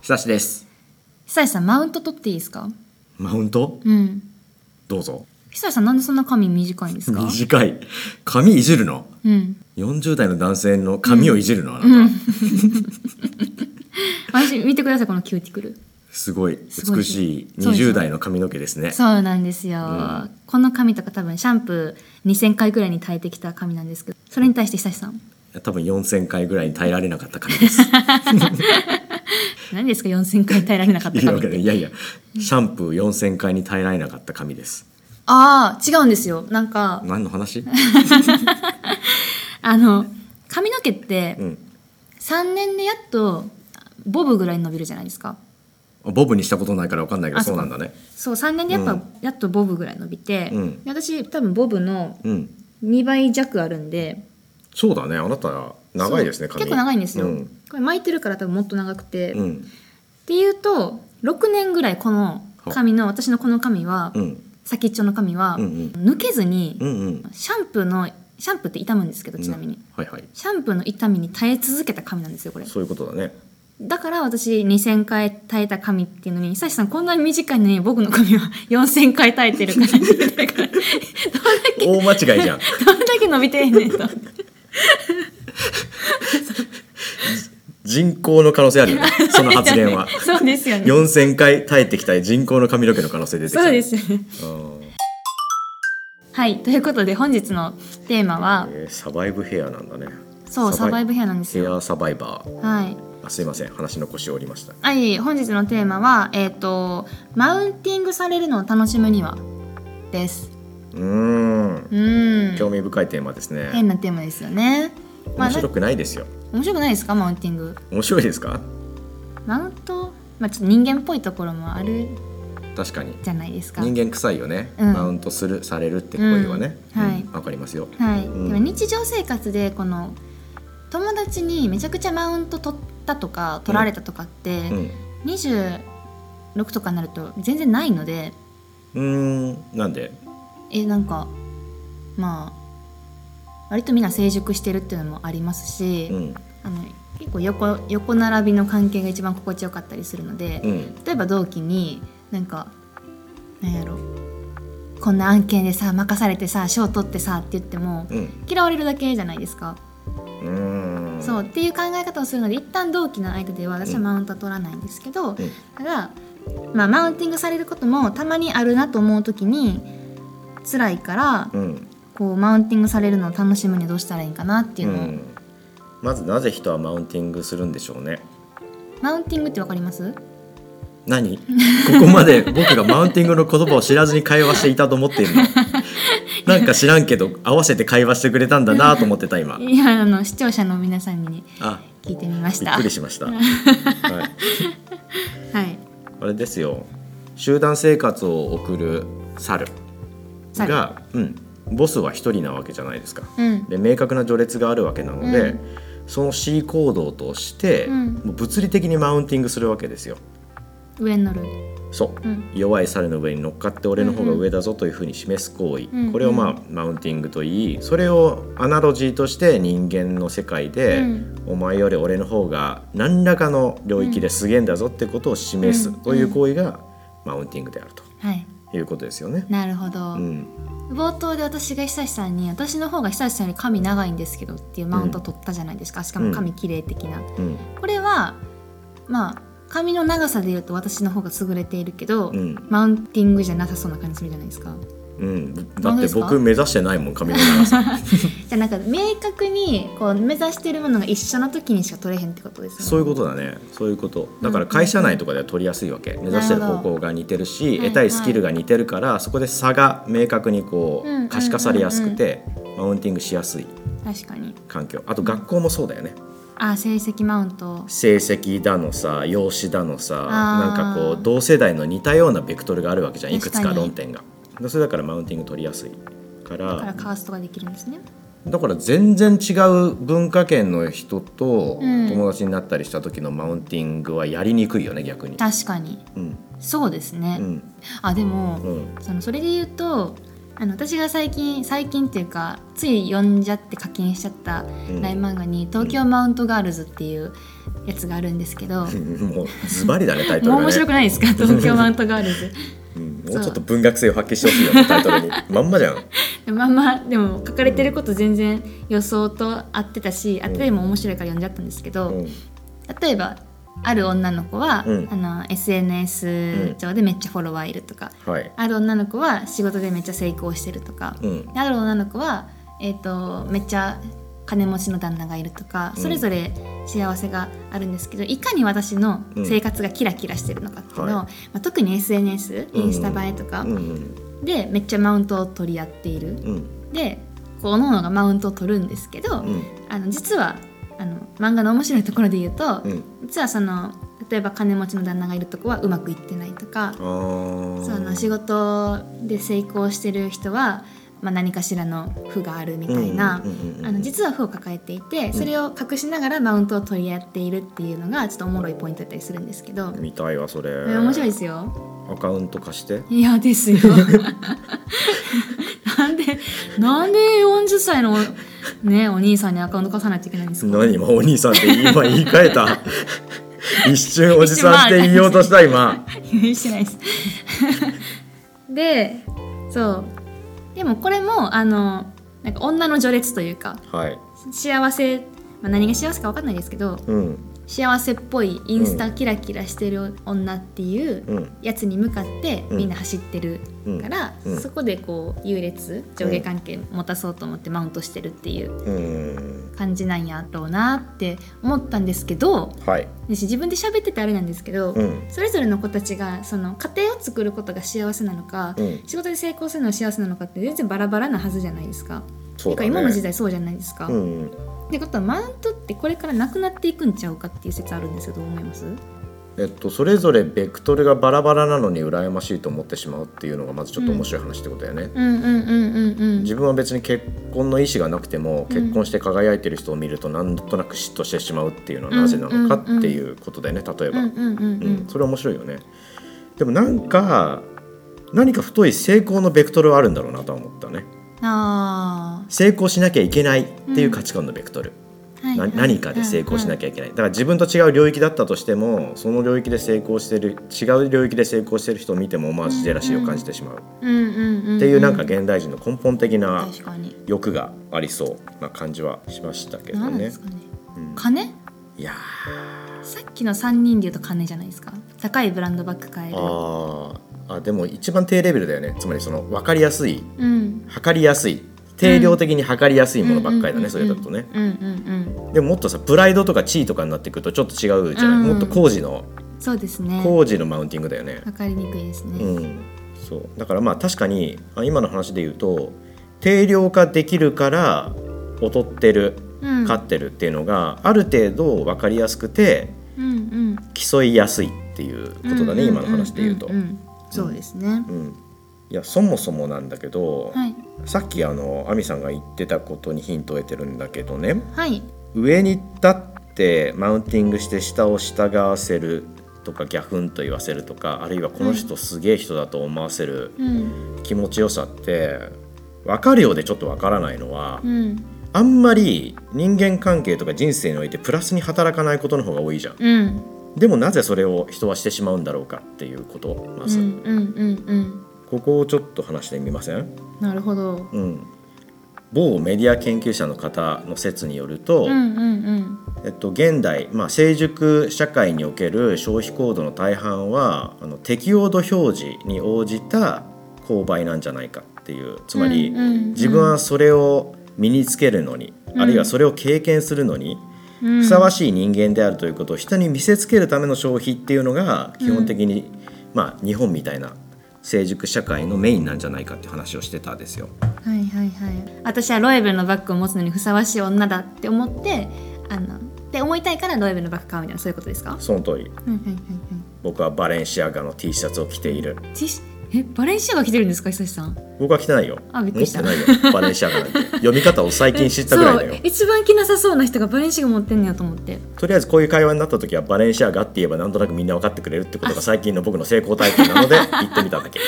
久しです。 久石さん、マウント取っていいですか？ マウント？どうぞ。 久石さん、なんでそんな髪短いんですか？ 短い。髪いじるの？40代の男性の髪をいじるの？あなた。 私見てください、このキューティクル。 すごい美しい20代の髪の毛ですね。 そうなんですよ、この髪とか多分シャンプー2000回ぐらいに耐えてきた髪なんですけど、それに対して久石さん多分4000回ぐらいに耐えられなかった髪です。 何ですか4000回耐えられなかった髪って。 いやシャンプー4000回に耐えられなかった髪です。 ああ、違うんですよ。なんか何の話？ 髪の毛って3年でやっとボブぐらいに伸びるじゃないですか。 ボブにしたことないから分かんないけど、そうなんだね。 そう、3年でやっとボブぐらい伸びて、で私多分ボブの2倍弱あるんで、 そうだね、あなた長いですね、髪結構長いんですよ、これ巻いてるから多分もっと長くて、っていうと6年ぐらいこの髪の私のこの髪は、先っちょの髪は抜けずに、シャンプーって傷むんですけど、ちなみに、シャンプーの痛みに耐え続けた髪なんですよ、これ。 そういうことだね。だから私2000回耐えた髪っていうのに、久志さんこんなに短いのに僕の髪は4000回耐えてるから大間違いじゃん。 どんだけ伸びてんねんと。 人工の可能性あるよね、その発言は。 そうですよね。 4000回耐えてきた人工の髪の毛の可能性出てきた。 そうですよね。はい、ということで本日のテーマは、 サバイブヘアなんだね。 そう、サバイブヘアなんですよ。 ヘアサバイバー。 はい。 すいません、話の腰を折りました。 はい、本日のテーマはマウンティングされるのを楽しむにはです。 興味深いテーマですね。 変なテーマですよね。 面白くないですよ。 面白くないですか？マウンティング面白いですか？ マウント、ちょっと人間っぽいところもある。 確かにじゃないですか。 人間臭いよね、マウントされるって行為はね。わかりますよ。 はい。でも日常生活でこの友達にめちゃくちゃマウント取ったとか取られたとかって、26とかになると全然ないので。 なんで？ なんか割とみんな成熟してるっていうのもありますし、結構横並びの関係が一番心地よかったりするので、例えば同期になんやろ、こんな案件でさ任されてさ賞取ってさって言っても、嫌われるだけじゃないですか。そうっていう考え方をするので、一旦同期の間では私はマウントは取らないんですけど、ただマウンティングされることもたまにあるなと思う時に辛いから、こうマウンティングされるのを楽しむにはどうしたらいいかなっていうのを、 まずなぜ人はマウンティングするんでしょうね。 マウンティングってわかります？ 何？ここまで僕がマウンティングの言葉を知らずに会話していたと思っているの？なんか知らんけど合わせて会話してくれたんだなと思ってた今。 いや、視聴者の皆さんに聞いてみました。 びっくりしました。はい。あれですよ、集団生活を送る猿が、ボスは一人なわけじゃないですか。で明確な序列があるわけなので、その C 行動として、もう物理的にマウンティングするわけですよ。 上に乗る。 そう、弱い猿の上に乗っかって俺の方が上だぞというふうに示す行為、これをマウンティングといい、それをアナロジーとして人間の世界で、お前より俺の方が何らかの領域ですげえんだぞってことを示すという行為がマウンティングであると、いうことですよね。 なるほど。冒頭で私が久志さんに、私の方が久志さんより髪長いんですけどっていうマウントを取ったじゃないですか。しかも髪綺麗的な、これは髪の長さでいうと私の方が優れているけど、マウンティングじゃなさそうな感じするじゃないですか。だって僕目指してないもん、髪の長さ。 じゃあなんか明確にこう目指してるものが一緒の時にしか取れへんってことですよね。 そういうことだね。そういうことだから会社内とかでは取りやすいわけ。目指してる方向が似てるし、得たいスキルが似てるから、そこで差が明確にこう可視化されやすくて、マウンティングしやすい環境。あと学校もそうだよね。 成績マウント、 成績だのさ、容姿だのさ、なんかこう同世代の似たようなベクトルがあるわけじゃん、いくつか論点が。それだからマウンティング取りやすいから、 だからカーストができるんですね。 だから全然違う文化圏の人と友達になったりした時のマウンティングはやりにくいよね、逆に。 確かに、そうですね。でも、それで言うと私が最近っていうかつい読んじゃって課金しちゃったライン漫画に、東京マウントガールズっていうやつがあるんですけど、 もうズバリだねタイトルがね。 もう面白くないですか東京マウントガールズもうちょっと文学性を発揮してほしいよねタイトルにまんまじゃん。 でも書かれてること全然予想と合ってたし、あっても面白いから読んじゃったんですけど、例えばある女の子は、SNS 上でめっちゃフォロワーいるとか、ある女の子は仕事でめっちゃ成功してるとか、ある女の子は、めっちゃ金持ちの旦那がいるとか、それぞれ幸せがあるんですけど、いかに私の生活がキラキラしてるのかっていうのを、特に SNS インスタ映えとかでめっちゃマウントを取り合っている、でこう各々がマウントを取るんですけど、実は漫画の面白いところで言うと、実はその例えば金持ちの旦那がいるとこはうまくいってないとか、その仕事で成功してる人は、何かしらの負があるみたいな、実は負を抱えていて、それを隠しながらマウントを取り合っているっていうのがちょっとおもろいポイントだったりするんですけど。 見たいわそれ。 面白いですよ。 アカウント貸して。 いやですよなんで40歳のねお兄さんにアカウント貸さないといけないんですか。 何今お兄さんって今言い換えた一瞬おじさんって言おうとした今。 してないですで、そうでもこれもなんか女の序列というか、幸せ、何が幸せか分かんないですけど、幸せっぽいインスタキラキラしてる女っていうやつに向かってみんな走ってるから、そこでこう優劣上下関係持たそうと思ってマウントしてるっていう感じなんやろうなって思ったんですけど、自分で喋っててあれなんですけど、それぞれの子たちがその家庭を作ることが幸せなのか、仕事で成功するのが幸せなのかって全然バラバラなはずじゃないですか。そうだね、今の時代そうじゃないですか。ってことはマウントってこれからなくなっていくんちゃうかっていう説あるんですよ。どう思います？ それぞれベクトルがバラバラなのに羨ましいと思ってしまうっていうのがまずちょっと面白い話ってことだよね。自分は別に結婚の意思がなくても、結婚して輝いてる人を見るとなんとなく嫉妬してしまうっていうのはなぜなのかっていうことだよね。例えばそれは面白いよね。でも何か太い成功のベクトルはあるんだろうなとは思ったね。成功しなきゃいけないっていう価値観のベクトル、何かで成功しなきゃいけない。だから自分と違う領域だったとしても、その領域で成功してる、違う領域で成功してる人を見ても思わずジェラシーを感じてしまうっていう、なんか現代人の根本的な欲がありそうな感じはしましたけどね。 何ですかね、金？いやさっきの3人で言うと金じゃないですか。高いブランドバッグ買える。 でも一番低レベルだよね。つまりその分かりやすい、測りやすい、定量的に測りやすいものばっかりだね、それだとね。でももっとさ、プライドとか地位とかになってくるとちょっと違うじゃない、もっと工事の、 そうですね、 工事のマウンティングだよね。 分かりにくいですね。 そうだから確かに今の話で言うと、定量化できるから劣ってる、勝ってるっていうのがある程度分かりやすくて、競いやすいっていうことだね、今の話で言うと。 そうですね。 いや、そもそもなんだけど、さっき亜美さんが言ってたことにヒントを得てるんだけどね、上に立ってマウンティングして下を従わせるとか、ギャフンと言わせるとか、あるいはこの人すげえ人だと思わせる気持ちよさって分かるようでちょっと分からないのは、あんまり人間関係とか人生においてプラスに働かないことの方が多いじゃん。でもなぜそれを人はしてしまうんだろうかっていうことをまず、ここをちょっと話してみません？ なるほど。 某メディア研究者の方の説によると、現代、成熟社会における消費行動の大半は適応度表示に応じた購買なんじゃないかっていう、つまり、自分はそれを身につけるのに、あるいはそれを経験するのにふさわしい人間であるということを人に見せつけるための消費っていうのが基本的に、日本みたいな成熟社会のメインなんじゃないかっていう話をしてたんですよ。 私はロエベルのバッグを持つのにふさわしい女だって思ってって思いたいからロエベルのバッグ買うみたいな、そういうことですか？ その通り。僕はバレンシアガの T シャツを着ている。 バレンシアガ着てるんですか、久志さん？ 僕は着てないよ。 びっくりした。 持ってないよ、バレンシアガなんて。読み方を最近知ったぐらいだよ。 一番着なさそうな人がバレンシアガ持ってんねやと思って。 とりあえずこういう会話になった時はバレンシアガって言えばなんとなくみんな分かってくれるってことが最近の僕の成功体験なので言ってみただけ。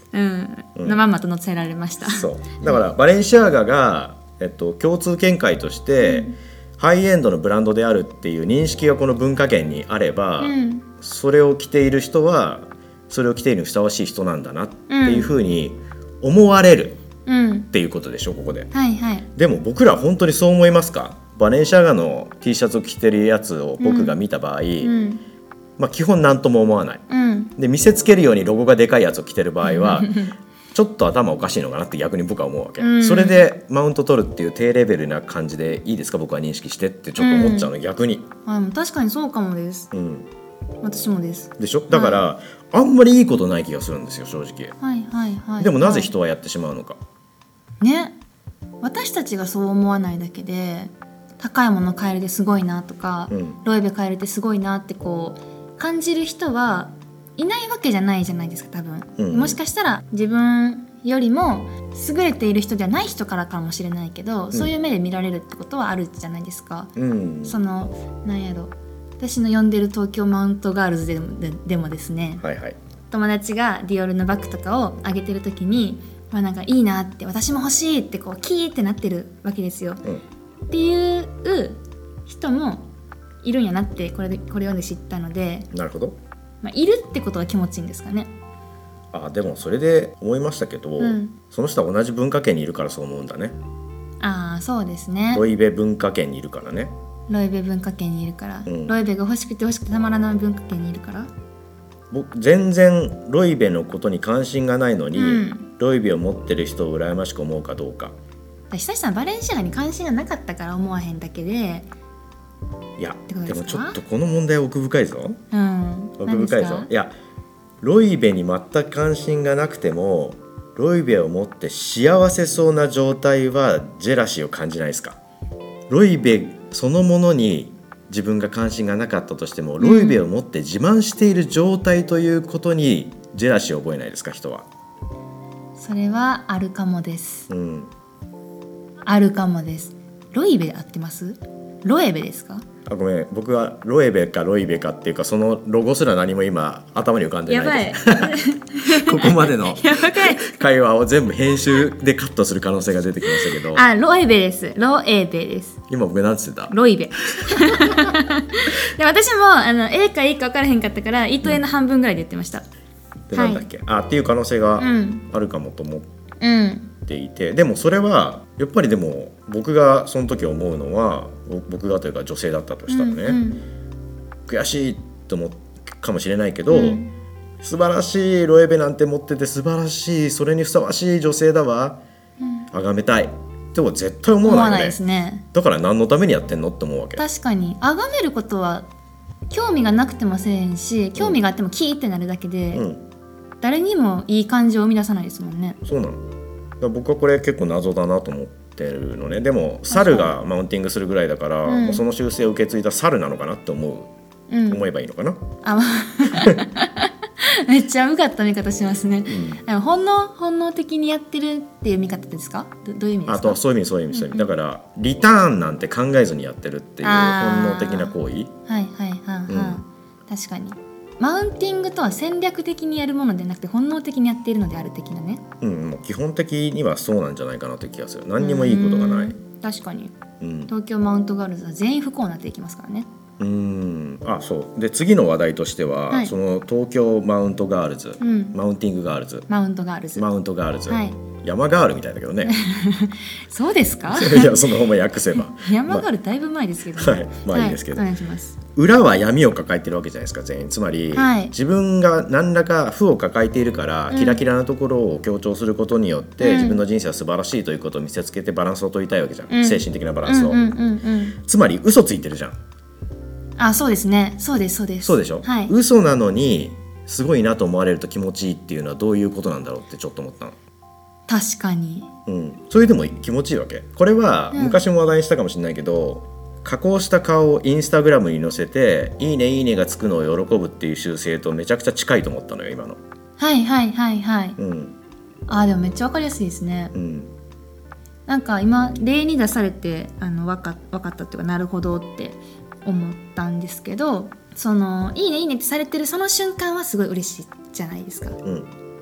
のまんまと載せられました。 そうだからバレンシアガが、共通見解として、ハイエンドのブランドであるっていう認識がこの文化圏にあれば、それを着ている人はそれを着ているにふさわしい人なんだなっていうふうに思われるっていうことでしょ、ここで、 はいはい、 でも僕ら本当にそう思いますか？バレンシアガの T シャツを着てるやつを僕が見た場合、基本何とも思わない、で見せつけるようにロゴがでかいやつを着てる場合はちょっと頭おかしいのかなって逆に僕は思うわけ、それでマウント取るっていう低レベルな感じでいいですか僕は認識してってちょっと思っちゃうの、逆に。 確かにそうかもです、私もです。 でしょ？だから、あんまりいいことない気がするんですよ正直。でもなぜ人はやってしまうのか、 ね、私たちがそう思わないだけで高いもの買えるですごいなとか、ロエベ買えるってすごいなってこう感じる人はいないわけじゃないじゃないですか多分、もしかしたら自分よりも優れている人ではない人からかもしれないけど、そういう目で見られるってことはあるじゃないですか、そのなんやろ、私の呼んでる東京マウントガールズでもですね、友達がディオールのバッグとかをあげてる時に、なんかいいなって私も欲しいってこうキーってなってるわけですよ、っていう人もいるんやなってこれ読んで知ったので。 なるほど、 いるってことは気持ちいいんですかね。 でもそれで思いましたけど、その人は同じ文化圏にいるからそう思うんだね。 そうですね、 ロイベ文化圏にいるからね。 ロイベ文化圏にいるから、ロイベが欲しくてたまらない文化圏にいるから。 僕全然ロイベのことに関心がないのに、ロイベを持ってる人を羨ましく思うかどうか。 久志さんバレンシアガに関心がなかったから思わへんだけで。 いやでもちょっとこの問題は奥深いぞ、奥深いぞ。いやロイベに全く関心がなくてもロイベを持って幸せそうな状態はジェラシーを感じないですか？ロイベそのものに自分が関心がなかったとしても、ロイベを持って自慢している状態ということにジェラシーを覚えないですか？人は。 それはあるかもです、あるかもです。ロイベで合ってます？ロエベですか？ ごめん、僕はロエベかロイベかっていうかそのロゴすら何も今頭に浮かんでないです。やばいここまでの会話を全部編集でカットする可能性が出てきましたけど。 ロエベです。ロエベです。 今僕何つってた？ ロイベで私もA か E か分からへんかったからEと A の半分ぐらいで言ってました、 でなんだっけ、っていう可能性があるかもと思っていて、でもそれはやっぱりでも僕がその時思うのは、僕がというか女性だったとしたらね、悔しいと思うかもしれないけど、素晴らしいロエベなんて持ってて素晴らしい、それにふさわしい女性だわ、崇めたいでも絶対思わないよね。 思わないですね。 だから何のためにやってんのって思うわけ。 確かに崇めることは興味がなくてもせえへんし、興味があってもキーってなるだけで、誰にもいい感情を生み出さないですもんね。 そうなの。だから僕はこれ結構謎だなと思ってるのね。でも猿がマウンティングするぐらいだから、もうその習性を受け継いだ猿なのかなって思えばいいのかな。 めっちゃうがった見方しますね、本能的にやってるっていう見方ですか？どういう意味ですか？そういう意味、だからリターンなんて考えずにやってるっていう本能的な行為。確かにマウンティングとは戦略的にやるものでなくて本能的にやっているのである的なね。 もう基本的にはそうなんじゃないかなという気がする。何にもいいことがない。 確かに、東京マウントガールズは全員不幸になっていきますからね。 そうで次の話題としては、その東京マウントガールズ、マウンティングガールズ、マウントガールズ、山ガールみたいだけどねそうですか？ いやそのまま訳せば山ガールだいぶ前ですけどね。 いいですけど、 お願いします。 裏は闇を抱えてるわけじゃないですか全員。つまり、自分が何らか負を抱えているから、キラキラなところを強調することによって、自分の人生は素晴らしいということを見せつけてバランスを取りたいわけじゃん、精神的なバランスを、つまり嘘ついてるじゃん。 そうですね。そうですそうでしょ、嘘なのにすごいなと思われると気持ちいいっていうのはどういうことなんだろうってちょっと思ったの。 確かに、 それでも気持ちいいわけ。これは昔も話題にしたかもしれないけど、加工した顔をインスタグラムに載せていいねいいねがつくのを喜ぶっていう習性とめちゃくちゃ近いと思ったのよ今の。 でもめっちゃ分かりやすいですね、なんか今例に出されて分かったっていうかなるほどって思ったんですけど、そのいいねいいねってされてるその瞬間はすごい嬉しいじゃないですか、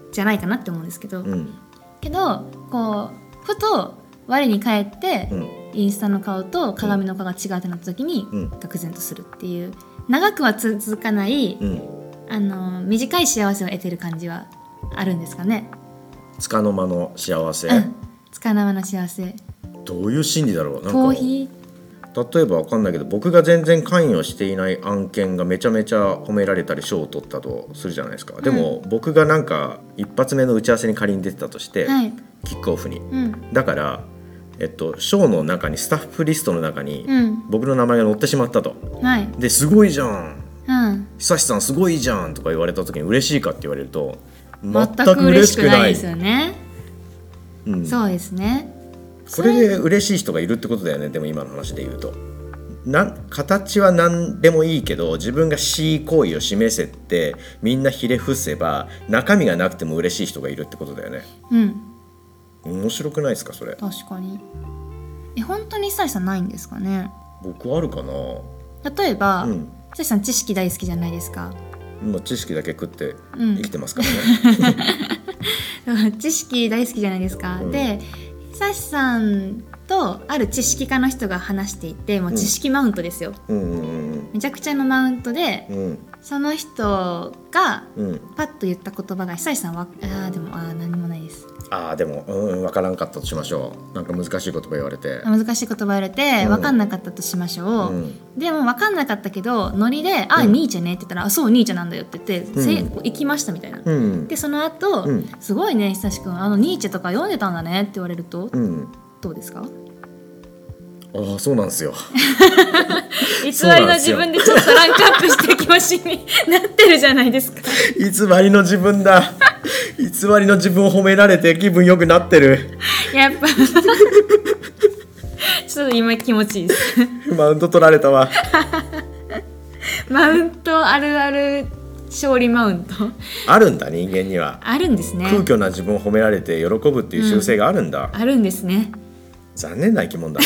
じゃないかなって思うんですけど、けどこうふと我に返って、インスタの顔と鏡の顔が違うってなった時に、愕然とするっていう長くは続かない、短い幸せを得てる感じはあるんですかね。 束の間の幸せ、 束の間の幸せ、 どういう心理だろう。なんか逃避、 例えば分かんないけど、僕が全然関与していない案件がめちゃめちゃ褒められたり賞を取ったとするじゃないですか。でも僕がなんか一発目の打ち合わせに仮に出てたとして、キックオフに、だから賞の中にスタッフリストの中に僕の名前が載ってしまったと、ですごいじゃん、久志さんすごいじゃんとか言われた時に嬉しいかって言われると全く嬉しくないですよね。そうですね。 それで嬉しい人がいるってことだよね。でも今の話で言うと形は何でもいいけど自分がし行為を示せってみんなひれ伏せば中身がなくても嬉しい人がいるってことだよね。面白くないですかそれ。 確かに。本当に久志さんないんですかね。 僕あるかな。 例えば、久志さん知識大好きじゃないですか。 知識だけ食って生きてますからね、 知識大好きじゃないですか、で久志さんとある知識家の人が話していて、もう知識マウントですよ、めちゃくちゃのマウントで、その人がパッと言った言葉が久志さんは何もないです。 でも分からんかったとしましょう。なんか難しい言葉言われて分かんなかったとしましょう、でも分かんなかったけどノリでニーチェねって言ったらそうニーチェなんだよって言って、行きましたみたいな、でその後、すごいね久志くんニーチェとか読んでたんだねって言われると、どうですか。 そうなんですよ偽りの自分でちょっとランクアップして気持ちになってるじゃないですか。 偽りの自分だ偽りの自分を褒められて気分良くなってる。 やっぱちょっと今気持ちいいですマウント取られたわマウントあるある勝利マウントあるんだ。人間にはあるんですね。 空虚な自分を褒められて喜ぶっていう習性があるんだ、 あるんですね。 残念な生き物だね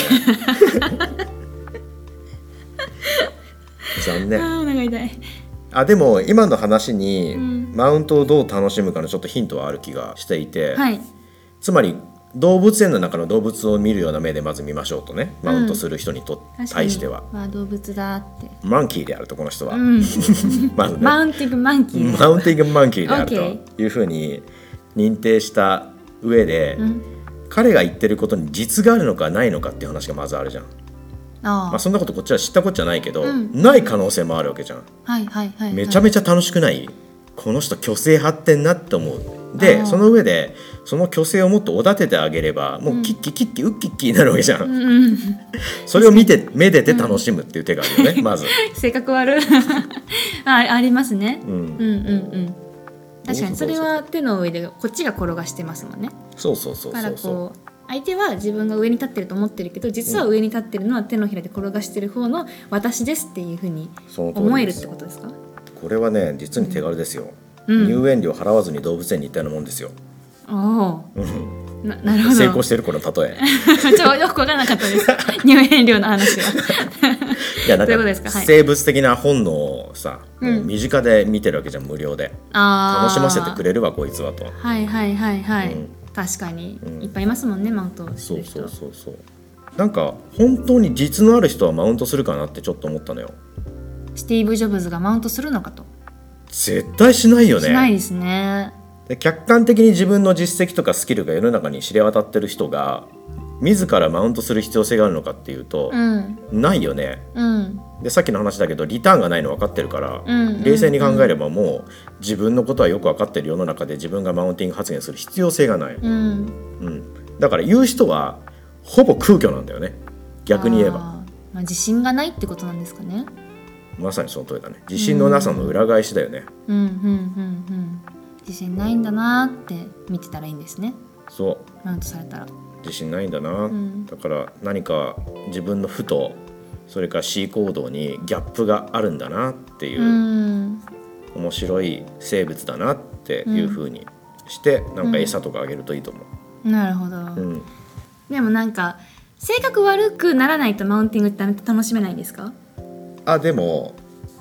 残念。 お腹痛い。 でも今の話に、マウントをどう楽しむかのちょっとヒントはある気がしていて、つまり動物園の中の動物を見るような目でまず見ましょうとね、マウントする人に対しては、 動物だってマンキーであるとこの人は、 まずね、マウンティングマンキーであるというふうに認定した上で、彼が言ってることに実があるのかないのかっていう話がまずあるじゃん。そんなことこっちは知ったこっちゃないけど、ない可能性もあるわけじゃん。めちゃめちゃ楽しくない？この人虚勢張ってんなって思う。でその上でその虚勢をもっとおだててあげればもうキッキキッキウッキッキになるわけじゃん、それを見てめでて楽しむっていう手があるよね、まず性格悪ありますね。確かにそれは手の上でこっちが転がしてますもんね。 そうだからこう相手は自分が上に立ってると思ってるけど、実は上に立ってるのは手のひらで転がしてる方の私ですっていうふうに思えるってことですか。これはね実に手軽ですよ、入園料払わずに動物園に行ったようなもんですよ。 なるほど。 成功してるこの例えよく分からなかったです入園料の話はいやなんか生物的な本能をさ、身近で見てるわけじゃん、無料で。楽しませてくれるわこいつはと。 確かに、いっぱいいますもんねマウントしてる人。 そうなんか本当に実のある人はマウントするかなってちょっと思ったのよ。 スティーブ・ジョブズがマウントするのかと。 絶対しないよね。 しないですね。 で客観的に自分の実績とかスキルが世の中に知れ渡ってる人が自らマウントする必要性があるのかっていうと、ないよね、でさっきの話だけどリターンがないの分かってるから、冷静に考えればもう自分のことはよく分かってる世の中で自分がマウンティング発言する必要性がない、だから言う人はほぼ空虚なんだよね、逆に言えば。 自信がないってことなんですかね。 まさにその通りだね。自信のなさの裏返しだよね。 自信ないんだなって見てたらいいんですね。 そうマウントされたら自信ないんだな、だから何か自分の負とそれから思考動にギャップがあるんだなっていう、面白い生物だなっていう風にして、なんか餌とかあげるといいと思う。 なるほど、でもなんか性格悪くならないとマウンティングって楽しめないんですか？ でも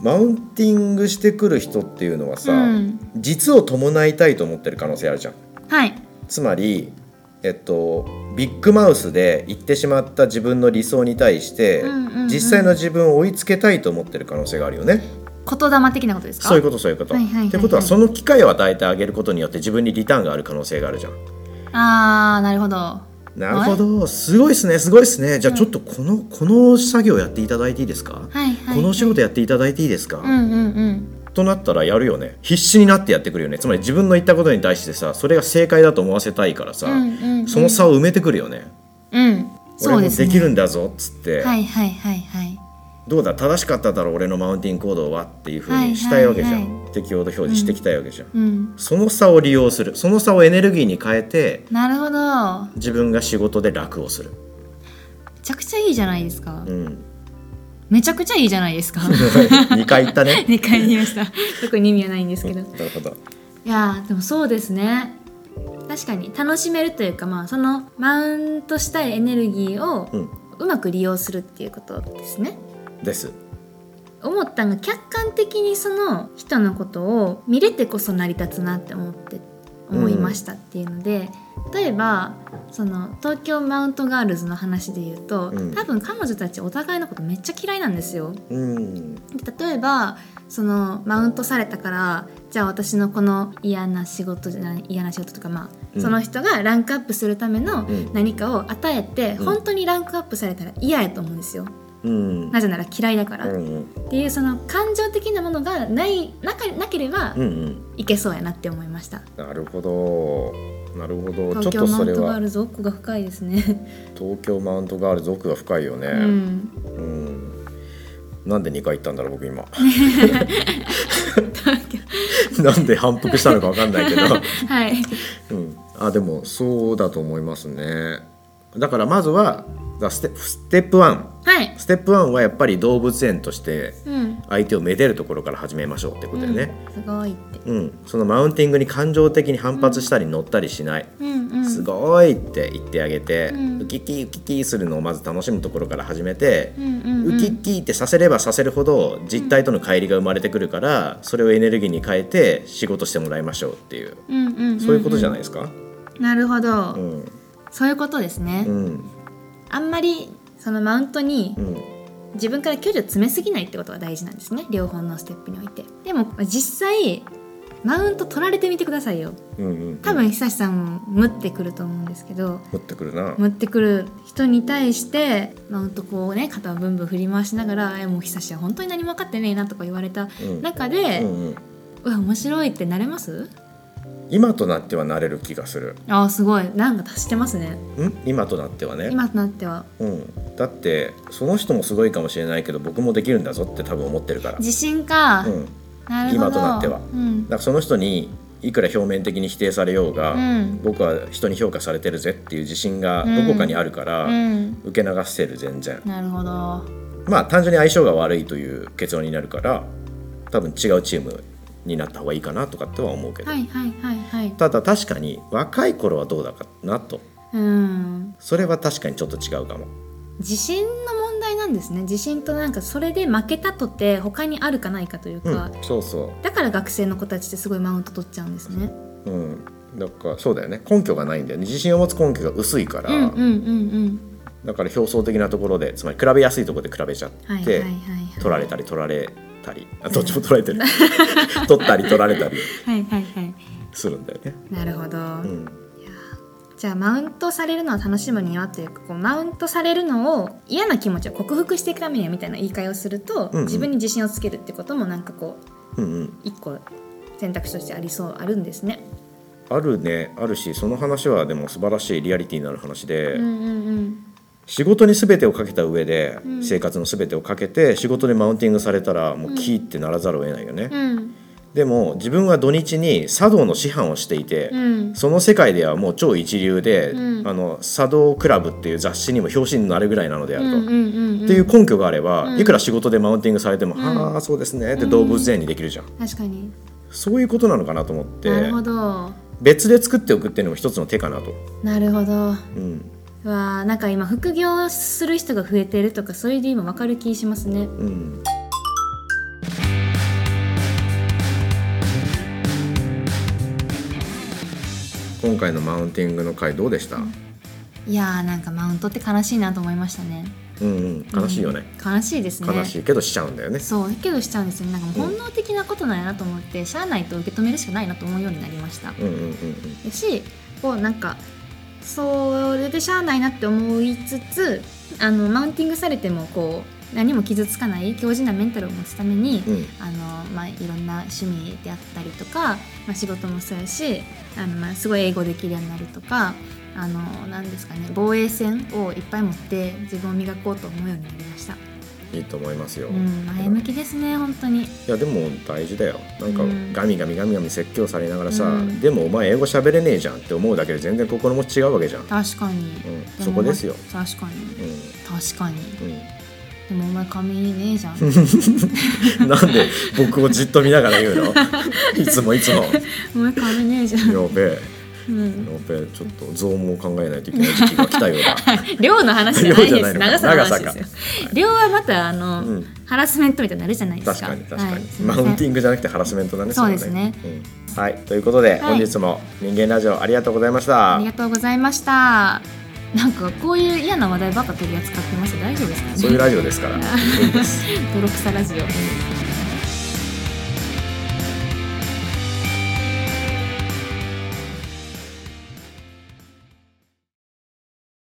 マウンティングしてくる人っていうのはさ、実を伴いたいと思ってる可能性あるじゃん。 はい。 つまり、ビッグマウスで言ってしまった自分の理想に対して、実際の自分を追いつけたいと思ってる可能性があるよね。 言霊的なことですか？ そういうことそういうこと。ってことはその機会を与えてあげることによって自分にリターンがある可能性があるじゃん。 あー、なるほど。 なるほど、すごいですねすごいですね。じゃあちょっとこの作業やっていただいていいですか、この仕事やっていただいていいですか、となったらやるよね。必死になってやってくるよね。つまり自分の言ったことに対してさ、それが正解だと思わせたいからさ、その差を埋めてくるよね。俺もできるんだぞっつって、どうだ正しかっただろう俺のマウンティング行動はっていう風にしたいわけじゃん、適応度表示してきたいわけじゃん、その差を利用する、その差をエネルギーに変えて、 なるほど、 自分が仕事で楽をする。 めちゃくちゃいいじゃないですか、めちゃくちゃいいじゃないですか 2回言ったね 2回言いました。特に意味はないんですけどなるほど。 いやでもそうですね、確かに楽しめるというか、そのマウントしたいエネルギーをうまく利用するっていうことですね。 です。 思ったのが、客観的にその人のことを見れてこそ成り立つなって思いましたっていうので、例えばその東京マウントガールズの話で言うと、多分彼女たちお互いのことめっちゃ嫌いなんですよ。で例えばそのマウントされたから、じゃあ私のこの嫌な仕事とか、その人がランクアップするための何かを与えて、本当にランクアップされたら嫌やと思うんですよ。なぜなら嫌いだから、っていうその感情的なものがなければいけそうやなって思いました。 なるほどなるほど。 東京マウントガールズ奥が深いですね東京マウントガールズ奥が深いよね。なんで2回言ったんだろう僕今なんで反復したのか分かんないけどはい、 でもそうだと思いますね。だからまずはステップ1、ステップ1はやっぱり動物園として相手をめでるところから始めましょうってことだよね。 すごいって、 そのマウンティングに感情的に反発したり乗ったりしない、すごいって言ってあげて、ウキキウキキするのをまず楽しむところから始めて、ウキキってさせればさせるほど実態との乖離が生まれてくるから、それをエネルギーに変えて仕事してもらいましょうっていう、そういうことじゃないですか。 なるほど、そういうことですね。あんまりそのマウントに自分から距離を詰めすぎないってことが大事なんですね、両方のステップにおいて。でも実際マウント取られてみてくださいよ。多分久志さんもムってくると思うんですけど、ムってくる人に対してマウントこうね、肩をブンブン振り回しながら、もう久志は本当に何も分かってねえなとか言われた中で、面白いってなれます？ 今となってはなれる気がする。 すごい、なんか足してますね。 今となってはね。 今となっては、 だってその人もすごいかもしれないけど、僕もできるんだぞって多分思ってるから。 自信か、なるほど。 今となっては、だからその人にいくら表面的に否定されようが、僕は人に評価されてるぜっていう自信がどこかにあるから、受け流せる。全然。 なるほど。 単純に相性が悪いという結論になるから、多分違うチームになった方がいいかなとかっては思うけど、ただ確かに若い頃はどうだかなと、それは確かにちょっと違うかも。 自信の問題なんですね。自信となんかそれで負けたとて他にあるかないかというか、 そうそう。 だから学生の子たちってすごいマウント取っちゃうんですね。 だからそうだよね、根拠がないんだよね。自信を持つ根拠が薄いから、だから表層的なところで、つまり比べやすいところで比べちゃって取られたり取られたり、どっちも取られてる取ったり取られたりするんだよね。 なるほど、じゃあマウントされるのを楽しむにはというか、こうマウントされるのを嫌な気持ちを克服していくためにはみたいな言い換えをすると、自分に自信をつけるってこともなんかこう、一個選択肢としてあるんですね。 あるね、あるし、その話はでも素晴らしいリアリティになる話で、仕事に全てをかけた上で、生活の全てをかけて仕事でマウンティングされたらもうキーってならざるを得ないよね。でも自分は土日に茶道の師範をしていて、その世界ではもう超一流で、茶道クラブっていう雑誌にも表紙になるぐらいなのであると、っていう根拠があれば、いくら仕事でマウンティングされても、はあそうですねって動物園にできるじゃん。 確かにそういうことなのかなと思って。 なるほど。 別で作っておくっていうのも一つの手かなと。 なるほど。なんか今副業する人が増えてるとか、そういう理由も分かる気しますね。 回のマウンティングの回どうでした？ いやなんかマウントって悲しいなと思いましたね。 悲しいよね、 悲しいですね。 悲しいけどしちゃうんだよね。 そうけどしちゃうんですよ。なんか本能的なことなんやなと思って、しゃあないと受け止めるしかないなと思うようになりました。しこうなんかそれでしゃあないなって思いつつ、マウンティングされてもこう何も傷つかない強靭なメンタルを持つために、いろんな趣味であったりとか、仕事もそうやしすごい英語できるようになるとかなんですかね、防衛線をいっぱい持って自分を磨こうと思うようになりました。 いいと思いますよ、 前向きですね本当に。いやでも大事だよ。なんかガミガミ説教されながらさ、でもお前英語喋れねえじゃんって思うだけで全然心持ち違うわけじゃん。 確かに、 そこですよ。 確かに、確かに、でもお前髪ねえじゃんなんで僕をじっと見ながら言うのいつもお前髪ねえじゃん。 やべえちょっと増毛を考えないといけない時期が来たようだ量の話じゃないです。長さの話ですよ。量はまたハラスメントみたいになるじゃないですか。 確かに、マウンティングじゃなくてハラスメントだね。 そうですね、 はい、ということで、本日も人間ラジオありがとうございました。 ありがとうございました。なんかこういう嫌な話題ばっか取り扱ってます。大丈夫ですかね。 そういうラジオですから。 泥臭ラジオ。